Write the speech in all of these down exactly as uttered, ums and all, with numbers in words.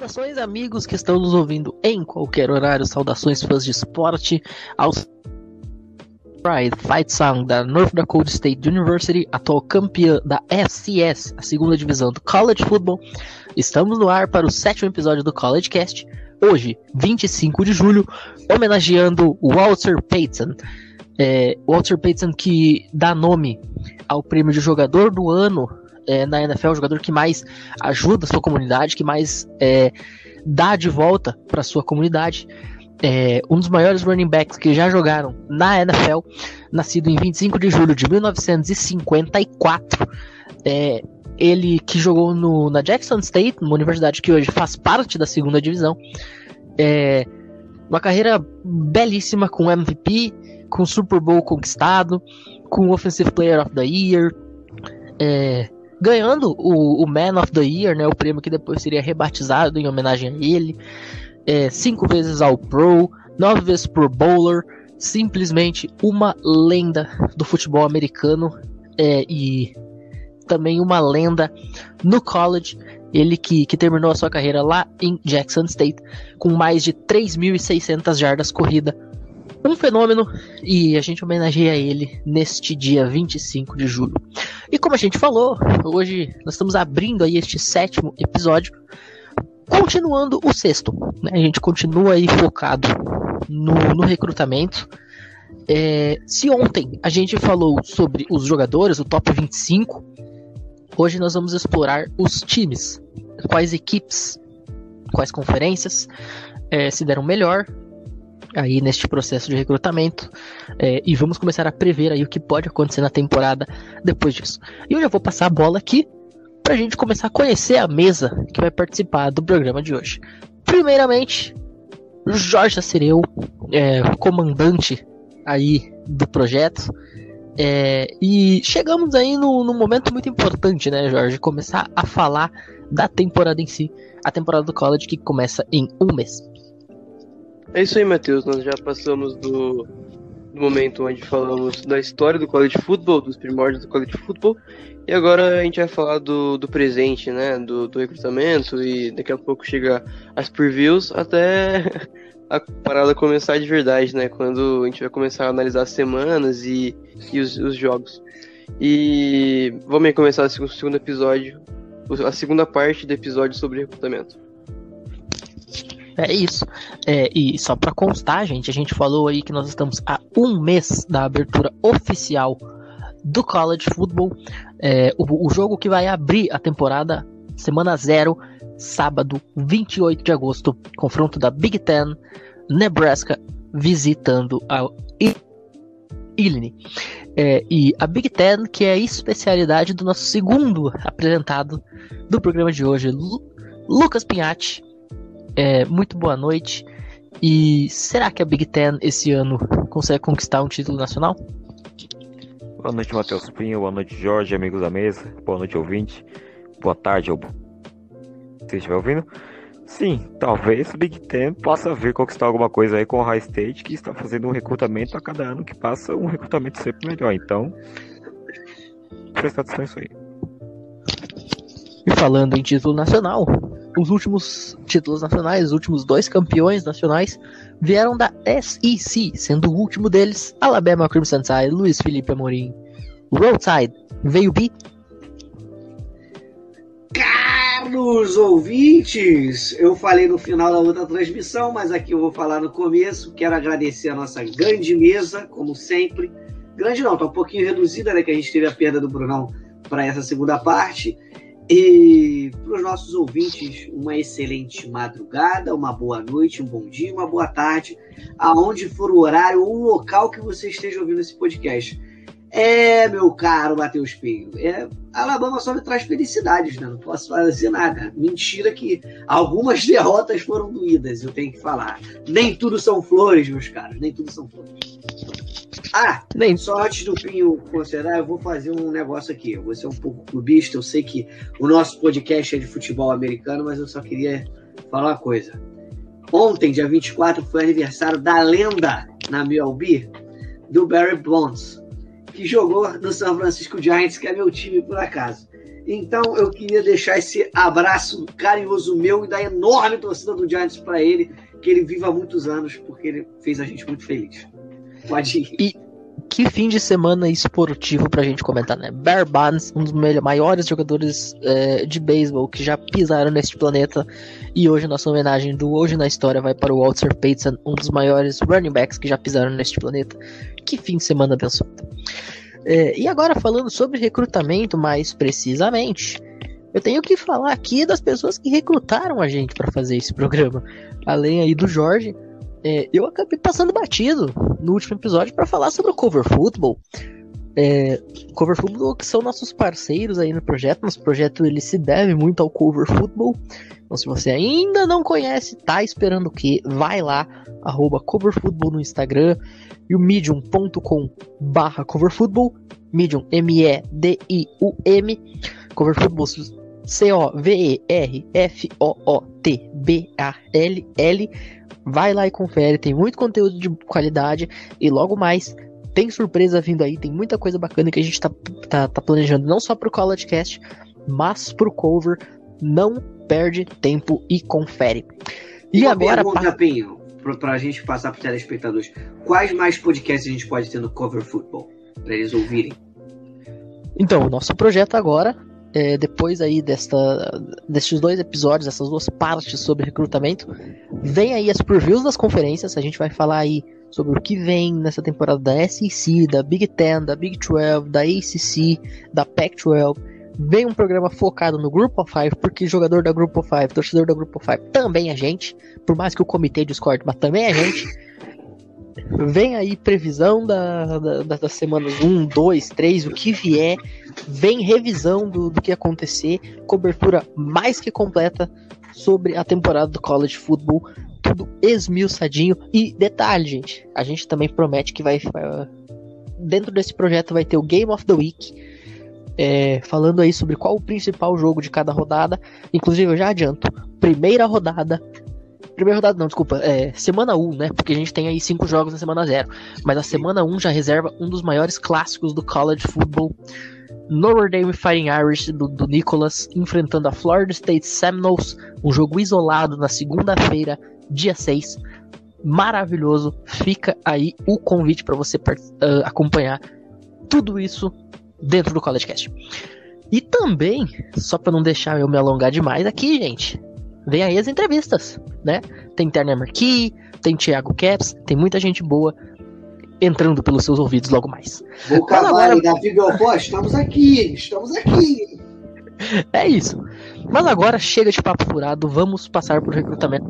Saudações, amigos que estão nos ouvindo em qualquer horário. Saudações, fãs de esporte. Aos Pride Fight Song da North Dakota State University, atual campeã da F C S, a segunda divisão do College Football. Estamos no ar para o sétimo episódio do College Cast. Hoje, vinte e cinco de julho, homenageando Walter Payton. É, Walter Payton, que dá nome ao prêmio de jogador do ano é, na N F L, o jogador que mais ajuda a sua comunidade, que mais é, dá de volta para a sua comunidade. É, um dos maiores running backs que já jogaram na N F L, nascido em vinte e cinco de julho de mil novecentos e cinquenta e quatro. É, ele que jogou no, na Jackson State, uma universidade que hoje faz parte da segunda divisão. É, uma carreira belíssima, com M V P, com Super Bowl conquistado, com Offensive Player of the Year, é, ganhando o, o Man of the Year, né, o prêmio que depois seria rebatizado em homenagem a ele. É, cinco vezes ao Pro, nove vezes Pro Bowler, simplesmente uma lenda do futebol americano, é, e também uma lenda no college. Ele que, que terminou a sua carreira lá em Jackson State com mais de três mil e seiscentas jardas corrida. Um fenômeno, e a gente homenageia ele neste dia vinte e cinco de julho. E como a gente falou, hoje nós estamos abrindo aí este sétimo episódio, continuando o sexto, né? A gente continua aí focado no, no recrutamento. É, se ontem a gente falou sobre os jogadores, o top vinte e cinco, hoje nós vamos explorar os times, quais equipes, quais conferências é, se deram melhor aí neste processo de recrutamento, é, e vamos começar a prever aí o que pode acontecer na temporada depois disso. E eu já vou passar a bola aqui pra gente começar a conhecer a mesa que vai participar do programa de hoje. Primeiramente, Jorge Acireu, é, comandante aí do projeto, é, e chegamos aí no, num momento muito importante, né, Jorge? Começar a falar da temporada em si, a temporada do college que começa em um mês. É isso aí, Matheus. Nós já passamos do, do momento onde falamos da história do college football, dos primórdios do college football, e agora a gente vai falar do, do presente, né, do, do recrutamento, e daqui a pouco chega as previews até a parada começar de verdade, né, quando a gente vai começar a analisar as semanas e, e os, os jogos. E vamos aí começar o segundo episódio, a segunda parte do episódio sobre recrutamento. É isso, é, e só para constar, gente, a gente falou aí que nós estamos a um mês da abertura oficial do College Football, é, o, o jogo que vai abrir a temporada, semana zero, sábado, vinte e oito de agosto, confronto da Big Ten, Nebraska, visitando a Illinois. É, e a Big Ten, que é a especialidade do nosso segundo apresentado do programa de hoje, Lu, Lucas Pinhatti. É, muito boa noite. E será que a Big Ten esse ano consegue conquistar um título nacional? Boa noite, Matheus Pinho. Boa noite, Jorge, amigos da mesa. Boa noite, ouvinte. Boa tarde, ou se estiver ouvindo. Sim, talvez o Big Ten possa vir conquistar alguma coisa aí com o High State, que está fazendo um recrutamento a cada ano que passa, um recrutamento sempre melhor. Então, presta atenção nisso aí. E falando em título nacional, os últimos títulos nacionais, os últimos dois campeões nacionais vieram da S E C, sendo o último deles Alabama Crimson Tide, Luiz Felipe Amorim. Roadside veio B. Caros ouvintes, eu falei no final da outra transmissão, mas aqui eu vou falar no começo. Quero agradecer a nossa grande mesa, como sempre. Grande não, tá um pouquinho reduzida, né, que a gente teve a perda do Brunão para essa segunda parte. E para os nossos ouvintes, uma excelente madrugada, uma boa noite, um bom dia, uma boa tarde, aonde for o horário ou o local que você esteja ouvindo esse podcast. É, meu caro Matheus Pinho, é, Alabama só me traz felicidades, né? Não posso fazer nada. Mentira que algumas derrotas foram doídas, eu tenho que falar. Nem tudo são flores, meus caros, nem tudo são flores. Ah, nem só antes do Pinho considerar, eu vou fazer um negócio aqui. Eu vou ser um pouco clubista, eu sei que o nosso podcast é de futebol americano, mas eu só queria falar uma coisa. Ontem, dia vinte e quatro, foi aniversário da lenda na M L B, do Barry Bonds, que jogou no San Francisco Giants, que é meu time por acaso. Então eu queria deixar esse abraço carinhoso meu e da enorme torcida do Giants para ele, que ele viva muitos anos, porque ele fez a gente muito feliz. Pode ir. E que fim de semana esportivo pra gente comentar, né? Barry Bonds, um dos maiores jogadores é, de beisebol que já pisaram neste planeta. E hoje nossa homenagem do Hoje na História vai para o Walter Payton, um dos maiores running backs que já pisaram neste planeta. Que fim de semana abençoado. É, e agora falando sobre recrutamento mais precisamente, eu tenho que falar aqui das pessoas que recrutaram a gente para fazer esse programa. Além aí do Jorge, é, eu acabei passando batido no último episódio para falar sobre o Cover Football. É, Cover Football que são nossos parceiros aí no projeto. Nosso projeto ele se deve muito ao Cover Football. Então se você ainda não conhece, tá esperando o quê? Vai lá, arroba Cover Football no Instagram e o medium ponto com barra Cover Football. Medium, M E D I U M. Cover Football, C O V E R F O O T B A L L. Vai lá e confere, tem muito conteúdo de qualidade e logo mais tem surpresa vindo aí, tem muita coisa bacana que a gente tá, tá, tá planejando, não só pro CollegeCast, mas pro Cover. Não perde tempo e confere. E Uma agora, pergunta, pa... Pinho, pra, pra gente passar pros telespectadores, quais mais podcasts a gente pode ter no Cover Football, pra eles ouvirem? Então, o nosso projeto agora, é, depois aí desta, destes dois episódios, essas duas partes sobre recrutamento, vem aí as previews das conferências. A gente vai falar aí sobre o que vem nessa temporada da S E C, da Big Ten, da Big doze, da A C C, da Pac doze. Vem um programa focado no Group of Five, porque jogador da Group of Five, torcedor da Group of Five também é gente, por mais que o comitê discorde, mas também é gente. Vem aí previsão da, da, das semanas um, dois, três, o que vier. Vem revisão do, do que acontecer, cobertura mais que completa sobre a temporada do College Football, tudo esmiuçadinho. E detalhe, gente, a gente também promete que vai, dentro desse projeto vai ter o Game of the Week, é, falando aí sobre qual o principal jogo de cada rodada. Inclusive eu já adianto, primeira rodada Primeira rodada não, desculpa, é semana um, né? Porque a gente tem aí cinco jogos na semana zero. Mas a semana um já reserva um dos maiores clássicos do College Football. Notre Dame Fighting Irish do, do Nicholas enfrentando a Florida State Seminoles. Um jogo isolado na segunda-feira, dia seis. Maravilhoso. Fica aí o convite para você uh, acompanhar tudo isso dentro do CollegeCast. E também, só para não deixar eu me alongar demais aqui, gente, vem aí as entrevistas, né? Tem Turner McKee, tem Thiago Caps, tem muita gente boa entrando pelos seus ouvidos logo mais. Vou cavar aí, Davi Belfort, estamos aqui, estamos aqui. É isso. Mas agora chega de papo furado, vamos passar por recrutamento.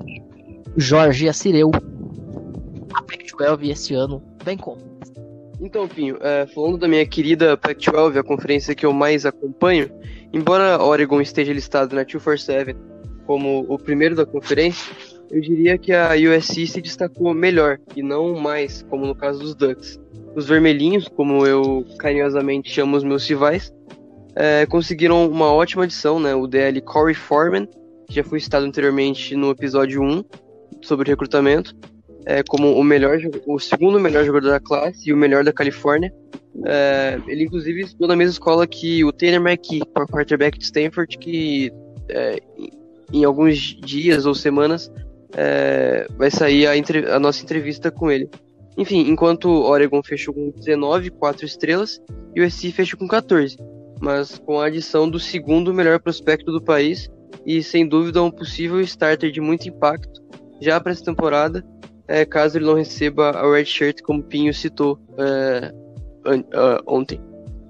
Jorge Assireu, a Pac doze esse ano, vem como? Então, Pinho, é, falando da minha querida Pac doze, a conferência que eu mais acompanho, embora Oregon esteja listado na duzentos e quarenta e sete como o primeiro da conferência, eu diria que a U S C se destacou melhor, e não mais, como no caso dos Ducks. Os vermelhinhos, como eu carinhosamente chamo os meus rivais, é, conseguiram uma ótima adição, né? O D L Corey Foreman, que já foi citado anteriormente no episódio um, sobre recrutamento, é, como o, melhor, o segundo melhor jogador da classe e o melhor da Califórnia. É, ele, inclusive, estudou na mesma escola que o Tanner McKee, quarterback de Stanford, que é, em alguns dias ou semanas é, vai sair a, entre, a nossa entrevista com ele. Enfim, enquanto o Oregon fechou com dezenove, quatro estrelas, e o U S C fechou com quatorze, mas com a adição do segundo melhor prospecto do país e, sem dúvida, um possível starter de muito impacto já para essa temporada, é, caso ele não receba a red shirt, como o Pinho citou é, an- uh, ontem.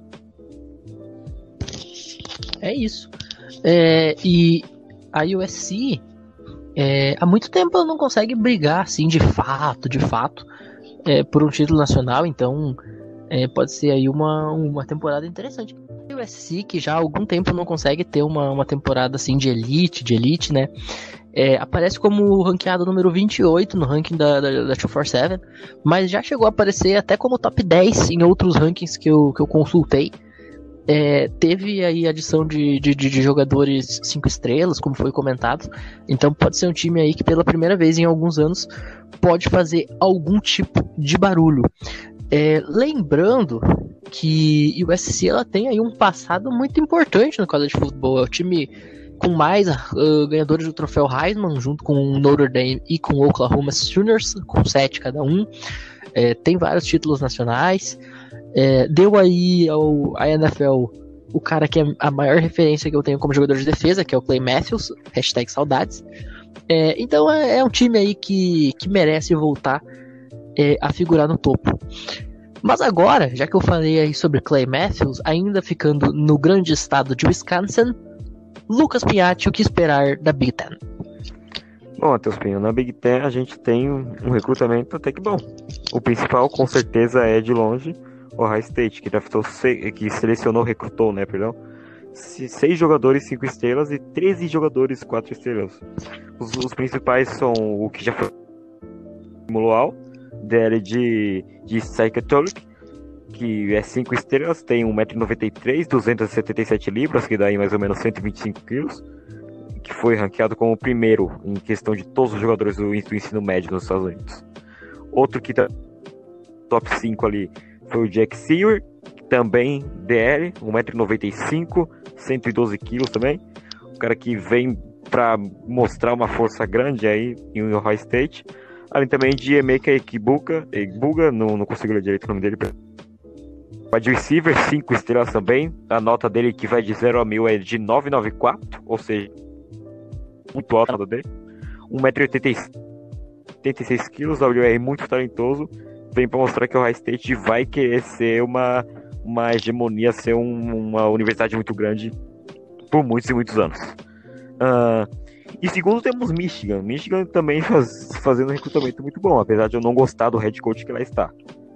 É isso. É, e a U S C é, há muito tempo ela não consegue brigar assim de fato, de fato, é, por um título nacional, então é, pode ser aí uma, uma temporada interessante. A U S C que já há algum tempo não consegue ter uma, uma temporada assim de elite, de elite, né? É, aparece como ranqueado número vinte e oito no ranking da, da, da duzentos e quarenta e sete, mas já chegou a aparecer até como top dez em outros rankings que eu, que eu consultei. É, teve aí adição de, de, de jogadores cinco estrelas, como foi comentado. Então pode ser um time aí que pela primeira vez em alguns anos pode fazer algum tipo de barulho. É, lembrando que o U S C ela tem aí um passado muito importante no college football. É o time com mais uh, ganhadores do troféu Heisman, junto com o Notre Dame e com o Oklahoma Sooners, com sete cada um. É, tem vários títulos nacionais. É, deu aí ao a N F L o cara que é a maior referência que eu tenho como jogador de defesa, que é o Clay Matthews, hashtag saudades. É, então é, é um time aí que, que merece voltar é, a figurar no topo. Mas agora, já que eu falei aí sobre Clay Matthews, ainda ficando no grande estado de Wisconsin, Lucas Piatti, o que esperar da Big Ten? Bom, Matheus Pinho, na Big Ten a gente tem um recrutamento até que bom. O principal, com certeza, é de longe o Ohio State, que draftou seis, que selecionou, recrutou, né, perdão, seis jogadores cinco estrelas e treze jogadores quatro estrelas. Os, os principais são o que já foi Mulual, D L de, de Sai Catholic, que é cinco estrelas, tem um metro e noventa e três, duzentas e setenta e sete libras, que dá aí mais ou menos cento e vinte e cinco quilos, que foi ranqueado como o primeiro em questão de todos os jogadores do, do ensino médio nos Estados Unidos. Outro que tá top cinco ali foi o Jack Seawer, também D L, um metro e noventa e cinco, cento e doze quilos também, um cara que vem para mostrar uma força grande aí em Ohio State. Além também de Emeka Egbuka, Egbuka, não, não consigo ler direito o nome dele. Wide receiver, cinco estrelas também. A nota dele que vai de zero a mil é de novecentos e noventa e quatro, ou seja, muito alta a nota dele. um metro e oitenta e seis quilos, W R muito talentoso. Vem para mostrar que o Ohio State vai querer ser uma, uma hegemonia, ser um, uma universidade muito grande por muitos e muitos anos. Uh, e segundo temos Michigan. Michigan também faz, fazendo um recrutamento muito bom, apesar de eu não gostar do head coach que lá está.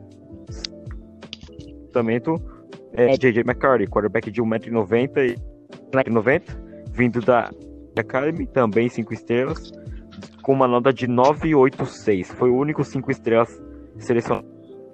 Recrutamento é J J McCarthy, quarterback de um metro e noventa, vindo da Academy, também cinco estrelas, com uma nota de nove vírgula oitenta e seis. Foi o único cinco estrelas selecionado.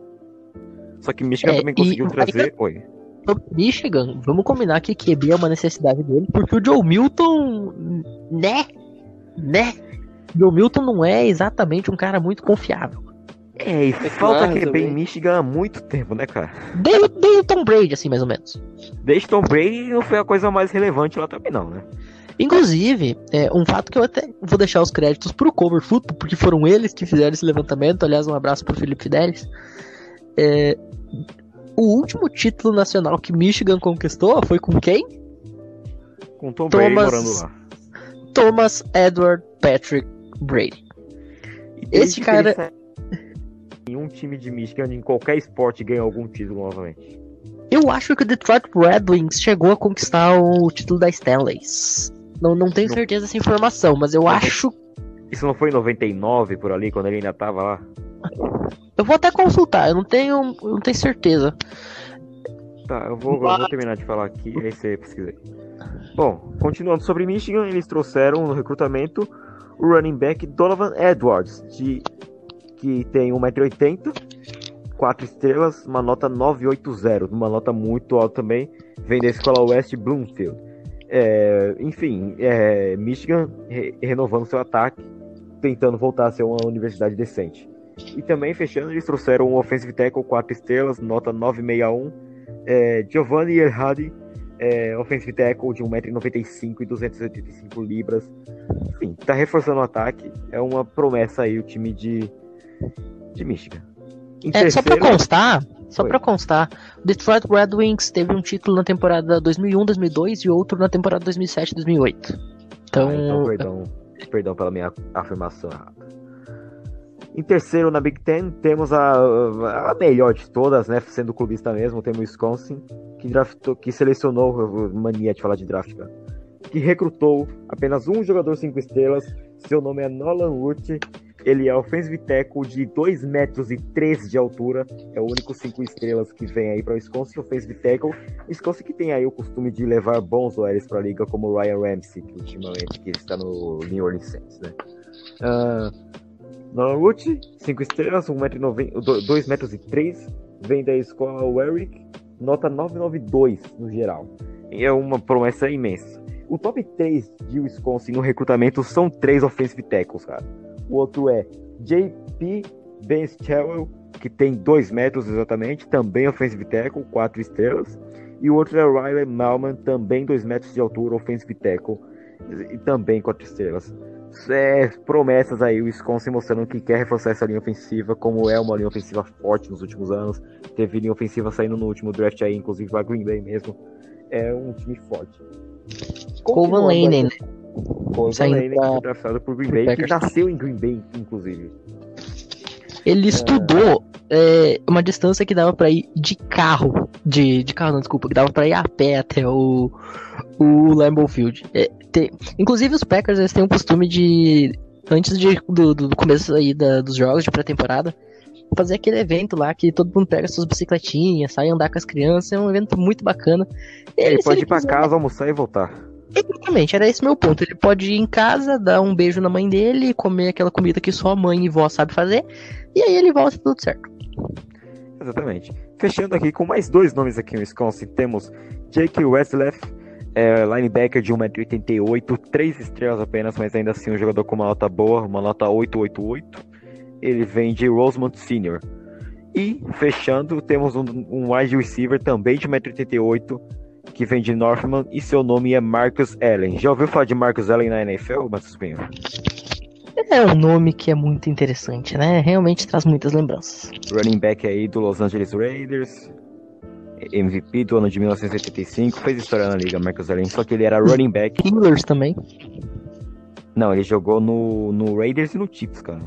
Só que Michigan é, também conseguiu trazer... Ainda... Oi. Michigan, vamos combinar que Q B é uma necessidade dele, porque o Joe Milton, né? Né? Joe Milton não é exatamente um cara muito confiável. É, e é falta claro, Q B em Michigan há muito tempo, né, cara? Desde, desde Tom Brady, assim, mais ou menos. Desde Tom Brady não foi a coisa mais relevante lá também, não, né? Inclusive, é, um fato que eu até vou deixar os créditos pro Cover Football, porque foram eles que fizeram esse levantamento. Aliás, um abraço pro Felipe Fidelis. É, o último título nacional que Michigan conquistou foi com quem? Com Tom Brady morando lá. Thomas Edward Patrick Brady. Esse cara... Em um time de Michigan, em qualquer esporte, ganha algum título novamente. Eu acho que o Detroit Red Wings chegou a conquistar o título da Stanley. Não, não tenho não. certeza dessa informação, mas eu não, acho... Isso não foi em noventa e nove, por ali, quando ele ainda tava lá? Eu vou até consultar, eu não tenho, eu não tenho certeza. Tá, eu vou, mas... eu vou terminar de falar aqui, aí você pesquisa aí. Bom, continuando sobre Michigan, eles trouxeram no recrutamento o running back Donovan Edwards, de, que tem um metro e oitenta, quatro estrelas, uma nota nove vírgula oitenta, uma nota muito alta também, vem da escola West Bloomfield. É, enfim, é, Michigan re- renovando seu ataque, tentando voltar a ser uma universidade decente. E também, fechando, eles trouxeram um offensive tackle, quatro estrelas, nota nove vírgula sessenta e um, é, Giovanni Erhadi, é, offensive tackle de um metro e noventa e cinco e duzentas e oitenta e cinco libras. Enfim, tá reforçando o ataque, é uma promessa aí o time de, de Michigan. Em é, terceiro... Só pra constar, só Foi. pra constar, o Detroit Red Wings teve um título na temporada dois mil e um, dois mil e dois e outro na temporada dois mil e sete, dois mil e oito. Então, ah, então perdão, perdão pela minha afirmação errada. Em terceiro na Big Ten temos a, a melhor de todas, né? Sendo clubista mesmo, temos o Wisconsin, que, draftou, que selecionou, mania de falar de draft, cara, que recrutou apenas um jogador cinco estrelas, seu nome é Nolan Wood. Ele é offensive tackle de dois metros e três de altura. É o único cinco estrelas que vem aí para o Wisconsin, offensive tackle. Wisconsin que tem aí o costume de levar bons O Ls para a liga, como o Ryan Ramsey, que ultimamente que está no New Orleans Saints, né? Uh, Nolan Wood, cinco estrelas, um metro e noventa, dois metros e três, vem da escola Warwick, nota nove vírgula noventa e dois no geral. E é uma promessa imensa. O top três de Wisconsin no recrutamento são três offensive tackles, cara. O outro é J P Benschel, que tem dois metros exatamente, também offensive tackle, quatro estrelas. E o outro é o Riley Malman, também dois metros de altura, offensive tackle, e também quatro estrelas. É, promessas aí, o Wisconsin mostrando que quer reforçar essa linha ofensiva, como é uma linha ofensiva forte nos últimos anos. Teve linha ofensiva saindo no último draft aí, inclusive a Green Bay mesmo. É um time forte. Covan Laney, né? Covan Laney, que foi draftado por Green Bay, que nasceu em Green Bay, inclusive. Ele é... estudou é, uma distância que dava pra ir de carro, de, de carro não, desculpa, que dava pra ir a pé até o, o Lambeau Field. É, tem, inclusive os Packers, eles têm um costume de, antes de, do, do começo aí da, dos jogos de pré-temporada, fazer aquele evento lá que todo mundo pega suas bicicletinhas, sai andar com as crianças, é um evento muito bacana. Ele, ele pode ir pra quiser, casa, almoçar e voltar. Exatamente, era esse meu ponto. Ele pode ir em casa, dar um beijo na mãe dele, comer aquela comida que só a mãe e vó sabe fazer, e aí ele volta tudo certo. Exatamente. Fechando aqui com mais dois nomes aqui no Wisconsin, temos Jake Westleff, é, linebacker de um metro e oitenta e oito, três estrelas apenas, mas ainda assim um jogador com uma nota boa, uma nota oito oito oito. Ele vem de Rosemont Senior. E, fechando, temos um, um wide receiver também de um metro e oitenta e oito, que vem de Northman, e seu nome é Marcus Allen. Já ouviu falar de Marcus Allen na N F L, Matheus Pinho? É um nome que é muito interessante, né? Realmente traz muitas lembranças. Running back aí do Los Angeles Raiders, M V P do ano de mil novecentos e oitenta e cinco, fez história na liga, Marcus Allen, só que ele era running back. Steelers também. Não, ele jogou no, no Raiders e no Chiefs, cara.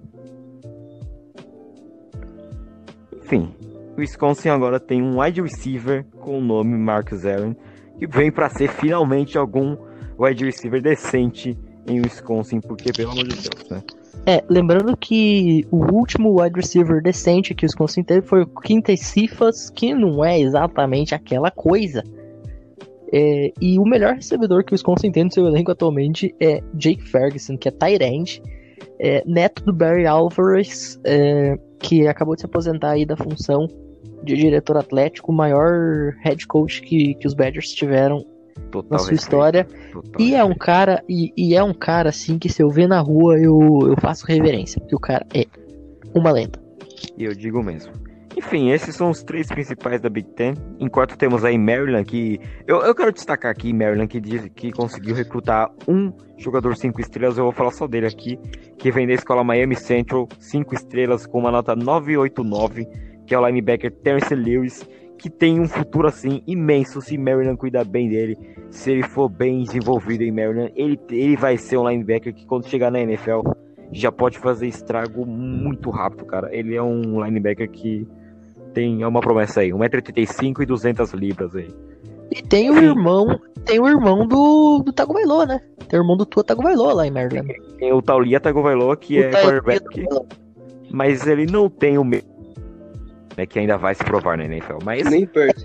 Enfim, o Wisconsin agora tem um wide receiver com o nome Marcus Allen, que vem para ser finalmente algum wide receiver decente em Wisconsin, porque pelo amor de Deus, né? É, lembrando que o último wide receiver decente que o Wisconsin teve foi o Quintus Cephas, que não é exatamente aquela coisa. É, e o melhor recebedor que o Wisconsin tem no seu elenco atualmente é Jake Ferguson, que é tight end, é, neto do Barry Alvarez, é, que acabou de se aposentar aí da função de diretor atlético, o maior head coach que, que os Badgers tiveram Total na sua respeito. história. Total e respeito. é um cara e, e é um cara assim que se eu ver na rua eu, eu faço reverência, porque o cara é uma lenda. E eu digo mesmo. Enfim, esses são os três principais da Big Ten. Enquanto temos aí Maryland, que eu, eu quero destacar aqui Maryland, que diz que conseguiu recrutar um jogador cinco estrelas. Eu vou falar só dele aqui, que vem da escola Miami Central, cinco estrelas com uma nota nove oito nove, que é o linebacker Terrence Lewis, que tem um futuro assim imenso se Maryland cuidar bem dele. Se ele for bem desenvolvido em Maryland, ele, ele vai ser um linebacker que quando chegar na N F L já pode fazer estrago muito rápido, cara. Ele é um linebacker que tem uma promessa aí, um metro e oitenta e cinco e duzentas libras aí. E tem o Sim. irmão, tem o irmão do, do Tagovailoa, né? Tem o irmão do Tua Tagovailoa lá em Maryland. Tem, tem o Taulia Tagovailoa, que o é quarterback, mas ele não tem o mesmo, né, que ainda vai se provar na N F L, mas nem perto.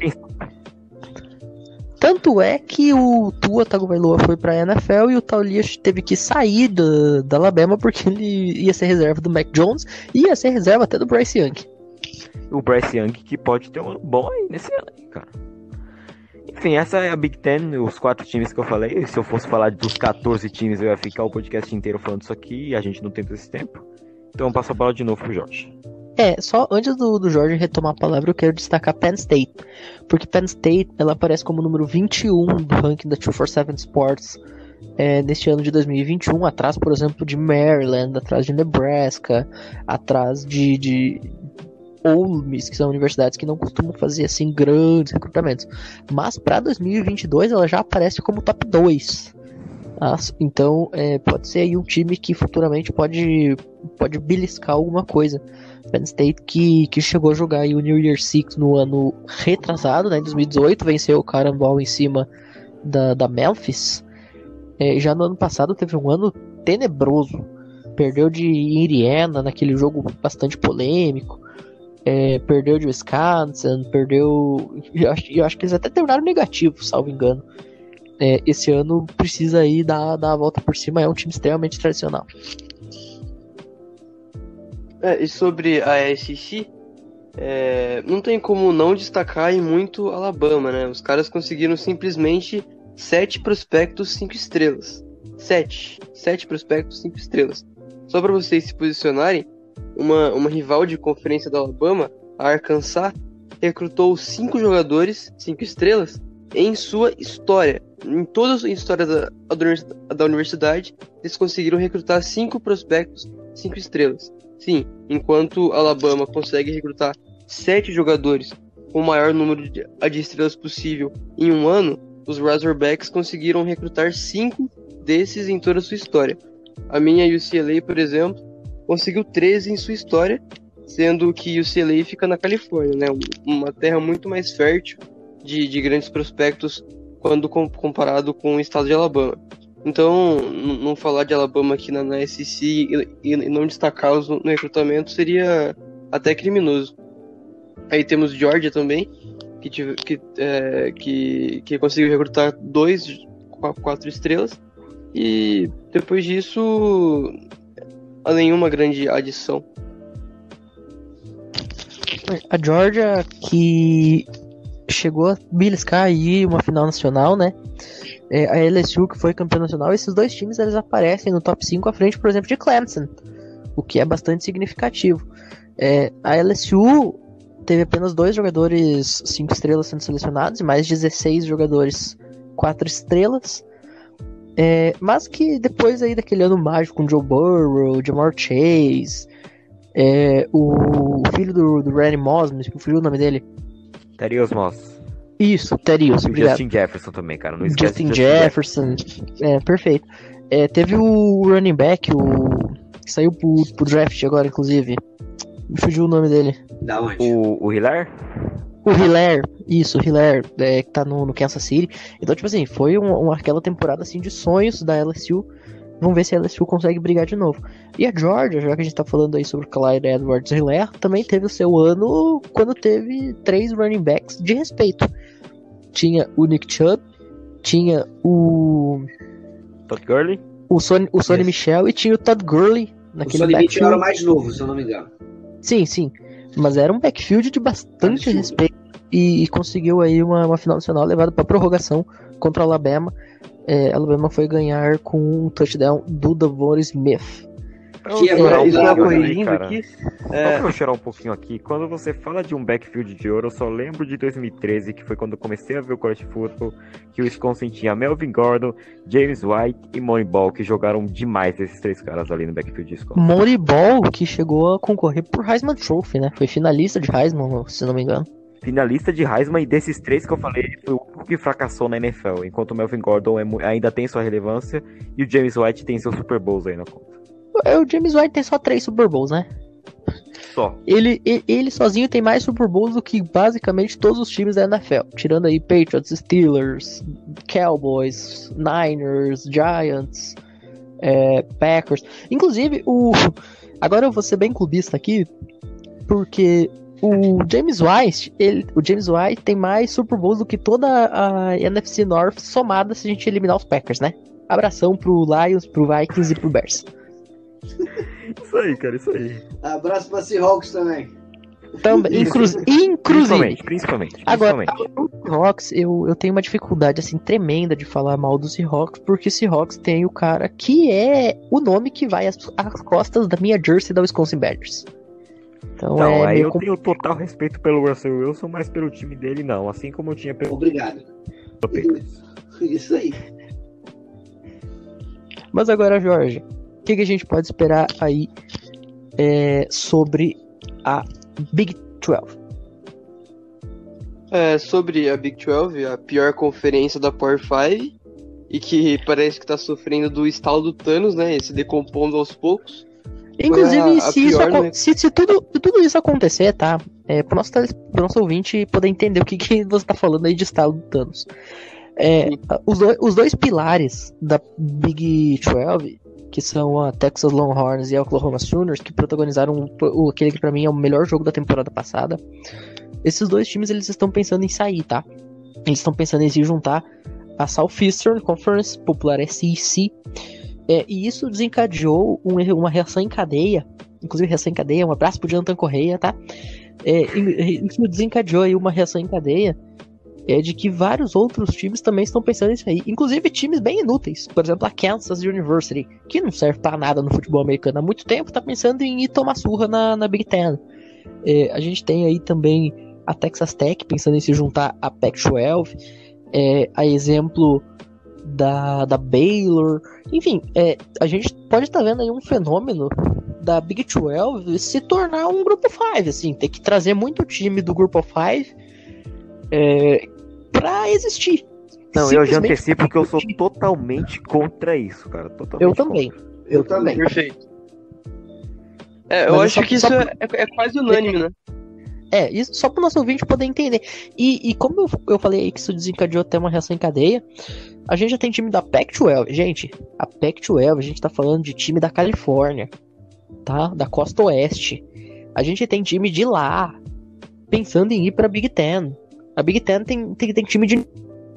Tanto é que o Tua Tagovailoa foi pra N F L e o Taulia teve que sair da, da Alabama porque ele ia ser reserva do Mac Jones e ia ser reserva até do Bryce Young. O Bryce Young que pode ter um ano bom aí nesse ano aí, cara. Enfim, essa é a Big Ten, os quatro times que eu falei. Se eu fosse falar dos quatorze times, eu ia ficar o podcast inteiro falando isso aqui e a gente não tem todo esse tempo. Então eu passo a bola de novo pro Jorge. É, só antes do, do Jorge retomar a palavra, eu quero destacar Penn State. Porque Penn State, ela aparece como número vinte e um do ranking da dois quatro sete Sports é, neste ano de dois mil e vinte e um, atrás, por exemplo, de Maryland, atrás de Nebraska, atrás de... de Ole Miss, que são universidades que não costumam fazer assim grandes recrutamentos, mas para dois mil e vinte e dois ela já aparece como top dois. Então é, pode ser aí um time que futuramente pode, pode beliscar alguma coisa. Penn State que, que chegou a jogar aí o New Year Six no ano retrasado, né, em dois mil e dezoito, venceu o Cannonball em cima da, da Memphis. É, já no ano passado teve um ano tenebroso, perdeu de Indiana naquele jogo bastante polêmico. É, perdeu de Wisconsin, perdeu. Eu acho, eu acho que eles até terminaram negativo, salvo engano. É, esse ano precisa aí dar, dar a volta por cima, é um time extremamente tradicional. É, e sobre a S E C, é, não tem como não destacar em muito Alabama, né? Os caras conseguiram simplesmente sete prospectos cinco estrelas. Sete. Sete prospectos cinco estrelas. Só para vocês se posicionarem, uma, uma rival de conferência da Alabama, a Arkansas, recrutou cinco jogadores, cinco estrelas, em sua história. Em toda a história da, da universidade, eles conseguiram recrutar cinco prospectos, cinco estrelas. Sim, enquanto a Alabama consegue recrutar sete jogadores com o maior número de, de estrelas possível em um ano, os Razorbacks conseguiram recrutar cinco desses em toda a sua história. A minha U C L A, por exemplo, conseguiu treze em sua história, sendo que U C L A fica na Califórnia, né? Uma terra muito mais fértil de, de grandes prospectos quando comparado com o estado de Alabama. Então, n- não falar de Alabama aqui na, na S E C e, e não destacá-los no, no recrutamento seria até criminoso. Aí temos Georgia também, que, tive, que, é, que, que conseguiu recrutar dois, quatro estrelas. E depois disso, nenhuma grande adição. A Georgia, que chegou a beliscar aí uma final nacional, né? É, a L S U, que foi campeã nacional. Esses dois times, eles aparecem no top cinco à frente, por exemplo, de Clemson, o que é bastante significativo. É, a L S U teve apenas dois jogadores cinco estrelas sendo selecionados e mais dezesseis jogadores quatro estrelas. É, mas que depois aí daquele ano mágico com Joe Burrow, Jamar Chase, é, o filho do, do Randy Moss, me fugiu o nome dele. Terios Moss. Isso, Terios, E o obrigado. Justin Jefferson também, cara. Não esquece Justin de Jefferson, é, perfeito. É, teve o running back, o que saiu pro, pro draft agora, inclusive. Me fugiu o nome dele. Da onde? O, o Hiller? O Hilaire, isso, o Hilaire, é, que tá no, no Kansas City. Então, tipo assim, foi um, um, aquela temporada assim de sonhos da L S U. Vamos ver se a L S U consegue brigar de novo. E a Georgia, já que a gente tá falando aí sobre o Clyde Edwards-Helaire, também teve o seu ano quando teve três running backs de respeito. Tinha o Nick Chubb, tinha o Todd Gurley? o Sonny, o Sonny Yes. Michel e tinha o Todd Gurley O naquele Sonny Mitchell backfield. era mais novo, se eu não me engano. Sim, sim. Mas era um backfield de bastante Absurdo. respeito e, e conseguiu aí uma, uma final nacional levada para prorrogação contra a Alabama. É, a Alabama foi ganhar com um touchdown do Devon Smith. Que é chorar um Isso, só maravilhoso, pouquinho corrigindo cara. aqui. Só É, pra eu chorar um pouquinho aqui, quando você fala de um backfield de ouro, eu só lembro de dois mil e treze, que foi quando eu comecei a ver o college football, que o Wisconsin tinha Melvin Gordon, James White e Moneyball, que jogaram demais esses três caras ali no backfield de escola. Moneyball, que chegou a concorrer por Heisman Trophy, né? Foi finalista de Heisman, se não me engano. Finalista de Heisman, e desses três que eu falei, ele foi o único que fracassou na N F L, enquanto o Melvin Gordon é mu- ainda tem sua relevância e o James White tem seus Super Bowls aí na conta. É, o James White tem só três Super Bowls, né? Só. Ele, ele, ele sozinho tem mais Super Bowls do que basicamente todos os times da N F L. Tirando aí Patriots, Steelers, Cowboys, Niners, Giants, é, Packers. Inclusive, o agora eu vou ser bem clubista aqui, porque o James White, ele, o James White tem mais Super Bowls do que toda a N F C North somada se a gente eliminar os Packers, né? Abração pro Lions, pro Vikings e pro Bears. Isso aí, cara, isso aí. Abraço pra Seahawks também. Também, inclu inclusive. Principalmente, principalmente. Agora, principalmente. o Seahawks, eu, eu tenho uma dificuldade assim tremenda de falar mal do Seahawks, porque Seahawks tem o cara que é o nome que vai às, às costas da minha jersey da Wisconsin Badgers. Então Não, é aí meio eu com- tenho total respeito pelo Russell Wilson, mas pelo time dele não, assim como eu tinha pelo Obrigado. Patriots. Isso aí. Mas agora, Jorge, o que, que a gente pode esperar aí é, sobre a Big doze? é, sobre a Big doze, a pior conferência da Power cinco, e que parece que tá sofrendo do estalo do Thanos, né? Se decompondo aos poucos. Inclusive, a- a se, isso pior, acon- né? se, se tudo, se tudo isso acontecer, tá? É, pro, nosso, tele- pro nosso ouvinte poder entender o que, que você tá falando aí de estalo do Thanos. É, Sim. a- os, dois, os dois pilares da Big doze, que são a Texas Longhorns e a Oklahoma Sooners, que protagonizaram o, o- aquele que pra mim é o melhor jogo da temporada passada, esses dois times eles estão pensando em sair, tá? Eles estão pensando em se juntar à Southeastern Conference, popular S E C, é, e isso desencadeou um- uma reação em cadeia, inclusive reação em cadeia, um abraço pro Jonathan Correia, tá? É, e- e- isso desencadeou aí uma reação em cadeia é de que vários outros times também estão pensando nisso aí. Inclusive times bem inúteis. Por exemplo, a Kansas University, que não serve pra nada no futebol americano há muito tempo, tá pensando em ir tomar surra na, na Big Ten. É, a gente tem aí também a Texas Tech pensando em se juntar à Pac doze, é, a exemplo da, da Baylor. Enfim, é, a gente pode estar vendo aí um fenômeno da Big doze se tornar um grupo cinco, assim, ter que trazer muito time do grupo cinco é, pra existir. Não, eu já antecipo que eu sou totalmente contra isso, cara. Totalmente eu também. Contra. Eu também. Perfeito. É, eu Mas acho só, que isso só... é, é quase unânime, né? É, isso só pro nosso ouvinte poder entender. E, e como eu, eu falei aí que isso desencadeou até uma reação em cadeia, a gente já tem time da Pac doze. Gente, a Pac doze, a gente tá falando de time da Califórnia, tá? Da Costa Oeste. A gente tem time de lá, pensando em ir pra Big Ten. A Big Ten tem, tem, tem time de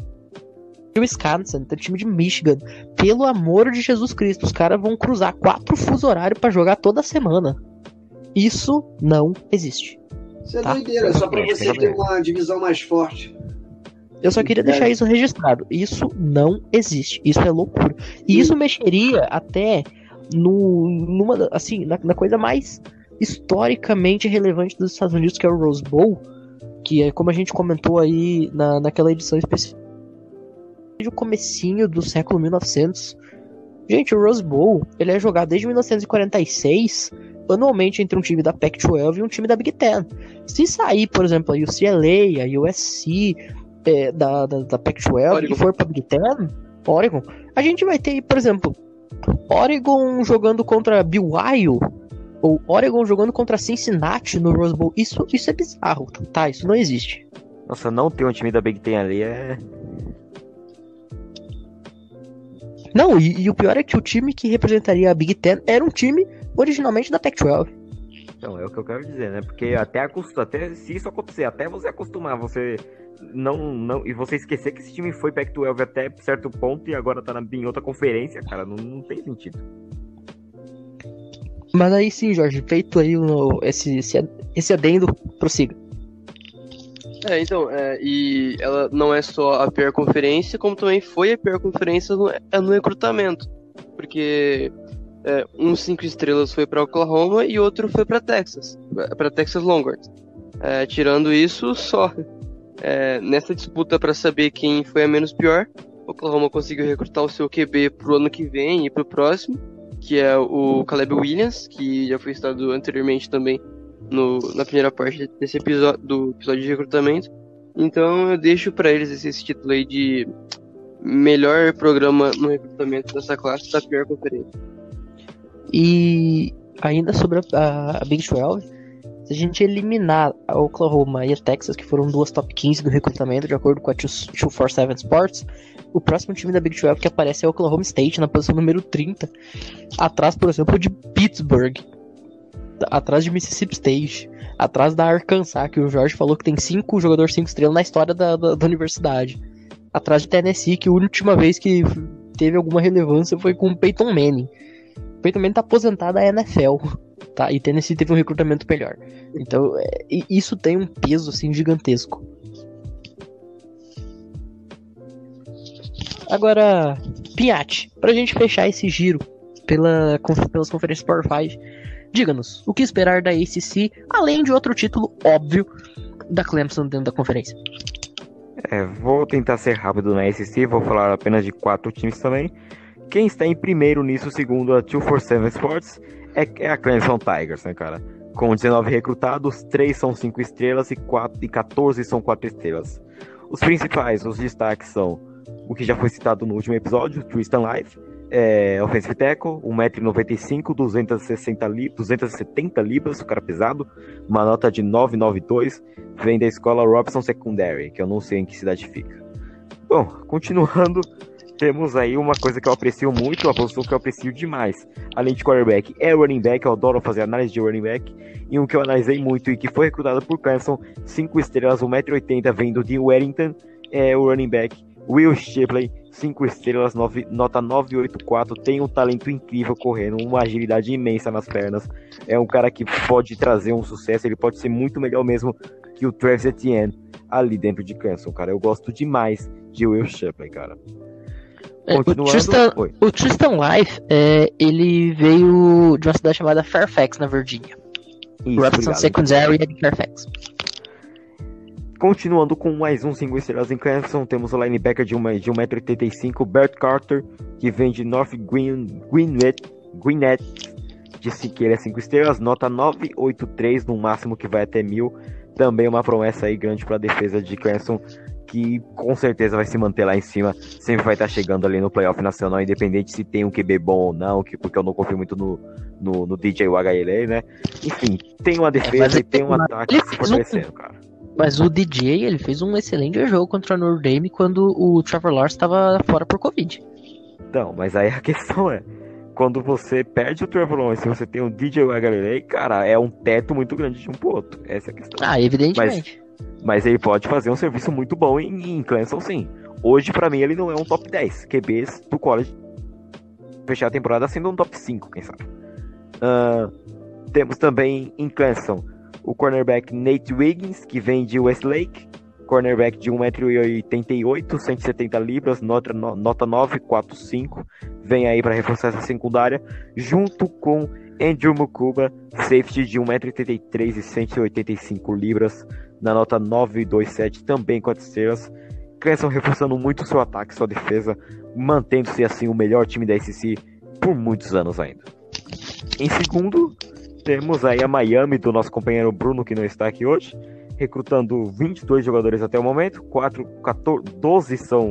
Wisconsin, tem time de Michigan. Pelo amor de Jesus Cristo, os caras vão cruzar quatro fuso horários pra jogar toda semana. Isso não existe. Isso é tá? doideira, só pra você ter uma divisão mais forte. Eu só queria deixar isso registrado. Isso não existe. Isso é loucura. E isso mexeria até no, numa, assim, na, na coisa mais historicamente relevante dos Estados Unidos, que é o Rose Bowl, que é como a gente comentou aí na, naquela edição especial desde o comecinho do século mil e novecentos. Gente, o Rose Bowl, ele é jogado desde mil novecentos e quarenta e seis, anualmente entre um time da Pac doze e um time da Big Ten. Se sair, por exemplo, a U C L A, a U S C é, da, da, da Pac doze Oregon. E for pra Big Ten, Oregon, a gente vai ter, por exemplo, Oregon jogando contra B Y U, ou Oregon jogando contra Cincinnati no Rose Bowl. Isso, isso é bizarro, tá? Isso não existe. Nossa, não ter um time da Big Ten ali é... Não, e, e o pior é que o time que representaria a Big Ten era um time originalmente da Pac doze. Então, é o que eu quero dizer, né? Porque até, até se isso acontecer, até você acostumar, você não, não e você esquecer que esse time foi Pac doze até certo ponto e agora tá na, em outra conferência, cara, não, não tem sentido. Mas aí sim, Jorge, feito aí o, esse, esse, esse adendo, prossiga. É, então, é, e ela não é só a pior conferência, como também foi a pior conferência no, no recrutamento. Porque é, um cinco estrelas foi para Oklahoma e outro foi para Texas, para Texas Longhorns. É, tirando isso, só é, nessa disputa para saber quem foi a menos pior, Oklahoma conseguiu recrutar o seu Q B pro ano que vem e pro próximo, que é o Caleb Williams, que já foi citado anteriormente também no, na primeira parte desse episódio, do episódio de recrutamento. Então eu deixo para eles esse, esse título aí de melhor programa no recrutamento dessa classe da pior conferência. E ainda sobre a, a Big doze, se a gente eliminar a Oklahoma e a Texas, que foram duas top quinze do recrutamento, de acordo com a dois quatro sete Sports, o próximo time da Big doze que aparece é o Oklahoma State, na posição número trinta, atrás, por exemplo, de Pittsburgh, atrás de Mississippi State, atrás da Arkansas, que o Jorge falou que tem cinco jogadores cinco estrelas na história da, da, da universidade, atrás de Tennessee, que a última vez que teve alguma relevância foi com o Peyton Manning. O Peyton Manning tá aposentado da N F L, tá? E Tennessee teve um recrutamento melhor. Então, é, isso tem um peso, assim, gigantesco. Agora, Pinhatti, pra gente fechar esse giro pela, pelas conferências Power cinco, diga-nos, o que esperar da A C C, além de outro título óbvio da Clemson dentro da conferência? É, vou tentar ser rápido na A C C, vou falar apenas de quatro times também. Quem está em primeiro nisso, segundo a dois quatro sete Sports, é, é a Clemson Tigers, né, cara? Com dezenove recrutados, três são cinco estrelas e, quatro, e quatorze são quatro estrelas. Os principais, os destaques são o que já foi citado no último episódio, Tristan Life, é, offensive tackle, um metro e noventa e cinco, duzentas e setenta libras, o cara pesado, uma nota de nove vírgula noventa e dois, vem da escola Robson Secondary, que eu não sei em que cidade fica. Bom, continuando, temos aí uma coisa que eu aprecio muito, uma posição que eu aprecio demais, além de quarterback, é running back, eu adoro fazer análise de running back, e um que eu analisei muito e que foi recrutado por Clemson, cinco estrelas, um metro e oitenta, vindo de Wellington, é o running back Will Shipley, cinco estrelas, nove, nota nove oito quatro, tem um talento incrível correndo, uma agilidade imensa nas pernas, é um cara que pode trazer um sucesso, ele pode ser muito melhor mesmo que o Travis Etienne. ali dentro de Clemson, cara. Eu gosto demais de Will Shipley, cara. É, o Tristan, o Tristan Life, é, ele veio de uma cidade chamada Fairfax, na Virgínia. Isso, Robinson Secondary é de Fairfax. Continuando com mais um cinco estrelas em Clemson, temos o linebacker de um metro e oitenta e cinco, Bert Carter, que vem de North Green, Greenwich, Gwinnett, disse que ele é cinco estrelas, nota nove oito três, no máximo que vai até mil. Também uma promessa aí grande para a defesa de Clemson, que com certeza vai se manter lá em cima, sempre vai estar chegando ali no playoff nacional, independente se tem um Q B bom ou não, que, porque eu não confio muito no, no, no D J H L A, né? Enfim, tem uma defesa é, e tem um ataque se fortalecendo, um... cara. Mas o D J, ele fez um excelente jogo contra a Notre Dame quando o Trevor Lawrence estava fora por Covid. Então, mas aí a questão é, quando você perde o Trevor Lawrence e você tem o D J H L A, cara, é um teto muito grande de um pro outro. Essa é a questão. Ah, evidentemente. Mas, mas ele pode fazer um serviço muito bom em, em Clemson, sim. Hoje, pra mim, ele não é um top dez Q Bs do college. Fechar a temporada sendo um top cinco, quem sabe. Uh, temos também em Clemson o cornerback Nate Wiggins, que vem de Westlake. Cornerback de um metro e oitenta e oito, cento e setenta libras, nota, nota nove quatro cinco. Vem aí para reforçar essa secundária, junto com Andrew Mukuba, safety de um metro e oitenta e três e cento e oitenta e cinco libras, na nota nove dois sete, também quatro estrelas. Clemson reforçando muito seu ataque, sua defesa, mantendo-se assim o melhor time da S E C por muitos anos ainda. Em segundo, temos aí a Miami do nosso companheiro Bruno, que não está aqui hoje, recrutando vinte e dois jogadores até o momento, quatro, quatorze, doze são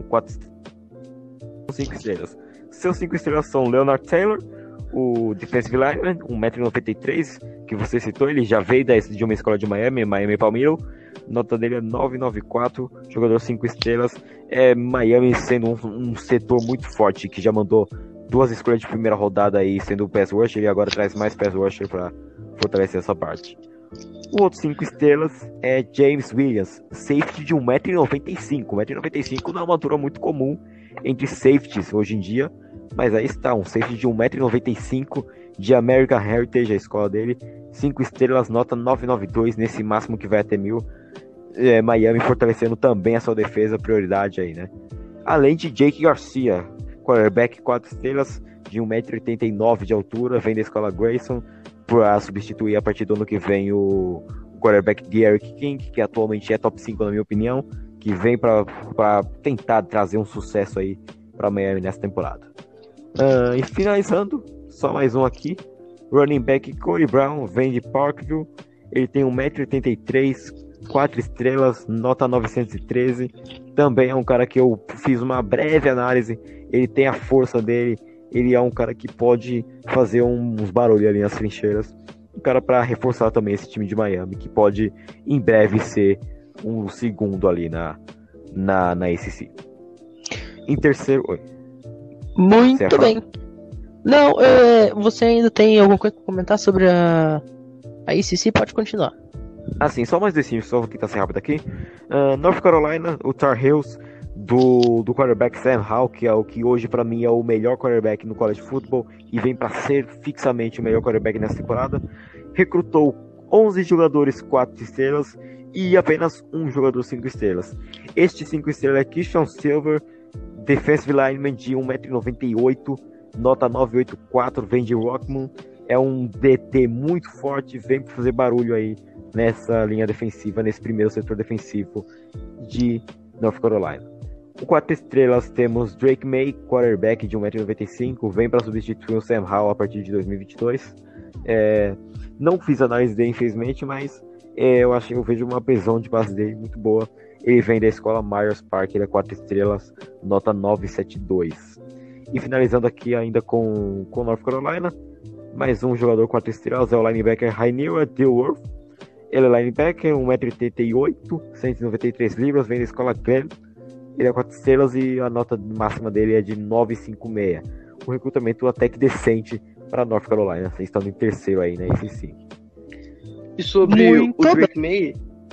cinco estrelas. Seus cinco estrelas são Leonard Taylor, o defensive lineman, um metro e noventa e três, que você citou, ele já veio de uma escola de Miami, Miami Palmetto, nota dele é nove nove quatro, jogador cinco estrelas, é Miami sendo um, um setor muito forte, que já mandou duas escolhas de primeira rodada aí, sendo o pass rusher, e agora traz mais pass rusher para fortalecer essa parte. O outro cinco estrelas é James Williams, safety de um metro e noventa e cinco. um metro e noventa e cinco não é uma altura muito comum entre safeties hoje em dia, mas aí está, um safety de um metro e noventa e cinco de American Heritage, a escola dele, cinco estrelas, nota nove nove dois, nesse máximo que vai até mil. É, Miami fortalecendo também a sua defesa, prioridade aí, né? Além de Jake Garcia, quarterback quatro estrelas, de um metro e oitenta e nove de altura, vem da escola Grayson, para substituir a partir do ano que vem o, o quarterback de Eric King, que atualmente é top cinco na minha opinião, que vem para tentar trazer um sucesso aí para Miami nessa temporada. Uh, e finalizando, só mais um aqui, running back Corey Brown, vem de Parkville, ele tem um metro e oitenta e três, quatro estrelas, nota novecentos e treze, também é um cara que eu fiz uma breve análise, ele tem a força dele, ele é um cara que pode fazer uns barulhos ali nas trincheiras. Um cara para reforçar também esse time de Miami, que pode em breve ser um segundo ali na, na, na A C C. Em terceiro... Oi. Muito bem. Não, é, você ainda tem alguma coisa para comentar sobre a, a A C C? Pode continuar. Assim, só mais dois times, só vou tentar ser rápido aqui. Uh, North Carolina, o Tar Heels, do, do quarterback Sam Howell, que é o que hoje para mim é o melhor quarterback no college football e vem para ser fixamente o melhor quarterback nessa temporada, recrutou onze jogadores quatro estrelas e apenas um jogador cinco estrelas. Este cinco estrelas é Christian Silver, defensive lineman de um metro e noventa e oito, nota nove oito quatro, vem de Rockman, é um D T muito forte, vem para fazer barulho aí nessa linha defensiva, nesse primeiro setor defensivo de North Carolina. Com quatro estrelas temos Drake May, quarterback de um metro e noventa e cinco, vem para substituir o Sam Howell a partir de dois mil e vinte e dois. É, não fiz análise dele, infelizmente, mas é, eu acho que eu vejo uma previsão de base dele muito boa. Ele vem da escola Myers Park, ele é quatro estrelas, nota nove sete dois. E finalizando aqui ainda com, com North Carolina, mais um jogador quatro estrelas é o linebacker Rainier Dilworth. Ele é linebacker, um metro e oitenta e oito, cento e noventa e três libras, vem da escola Glenn. Ele é quatro estrelas e a nota máxima dele é de nove cinco seis. Um recrutamento até que decente para North Carolina, estando em terceiro aí na A C C. E sobre Muito o Drake May...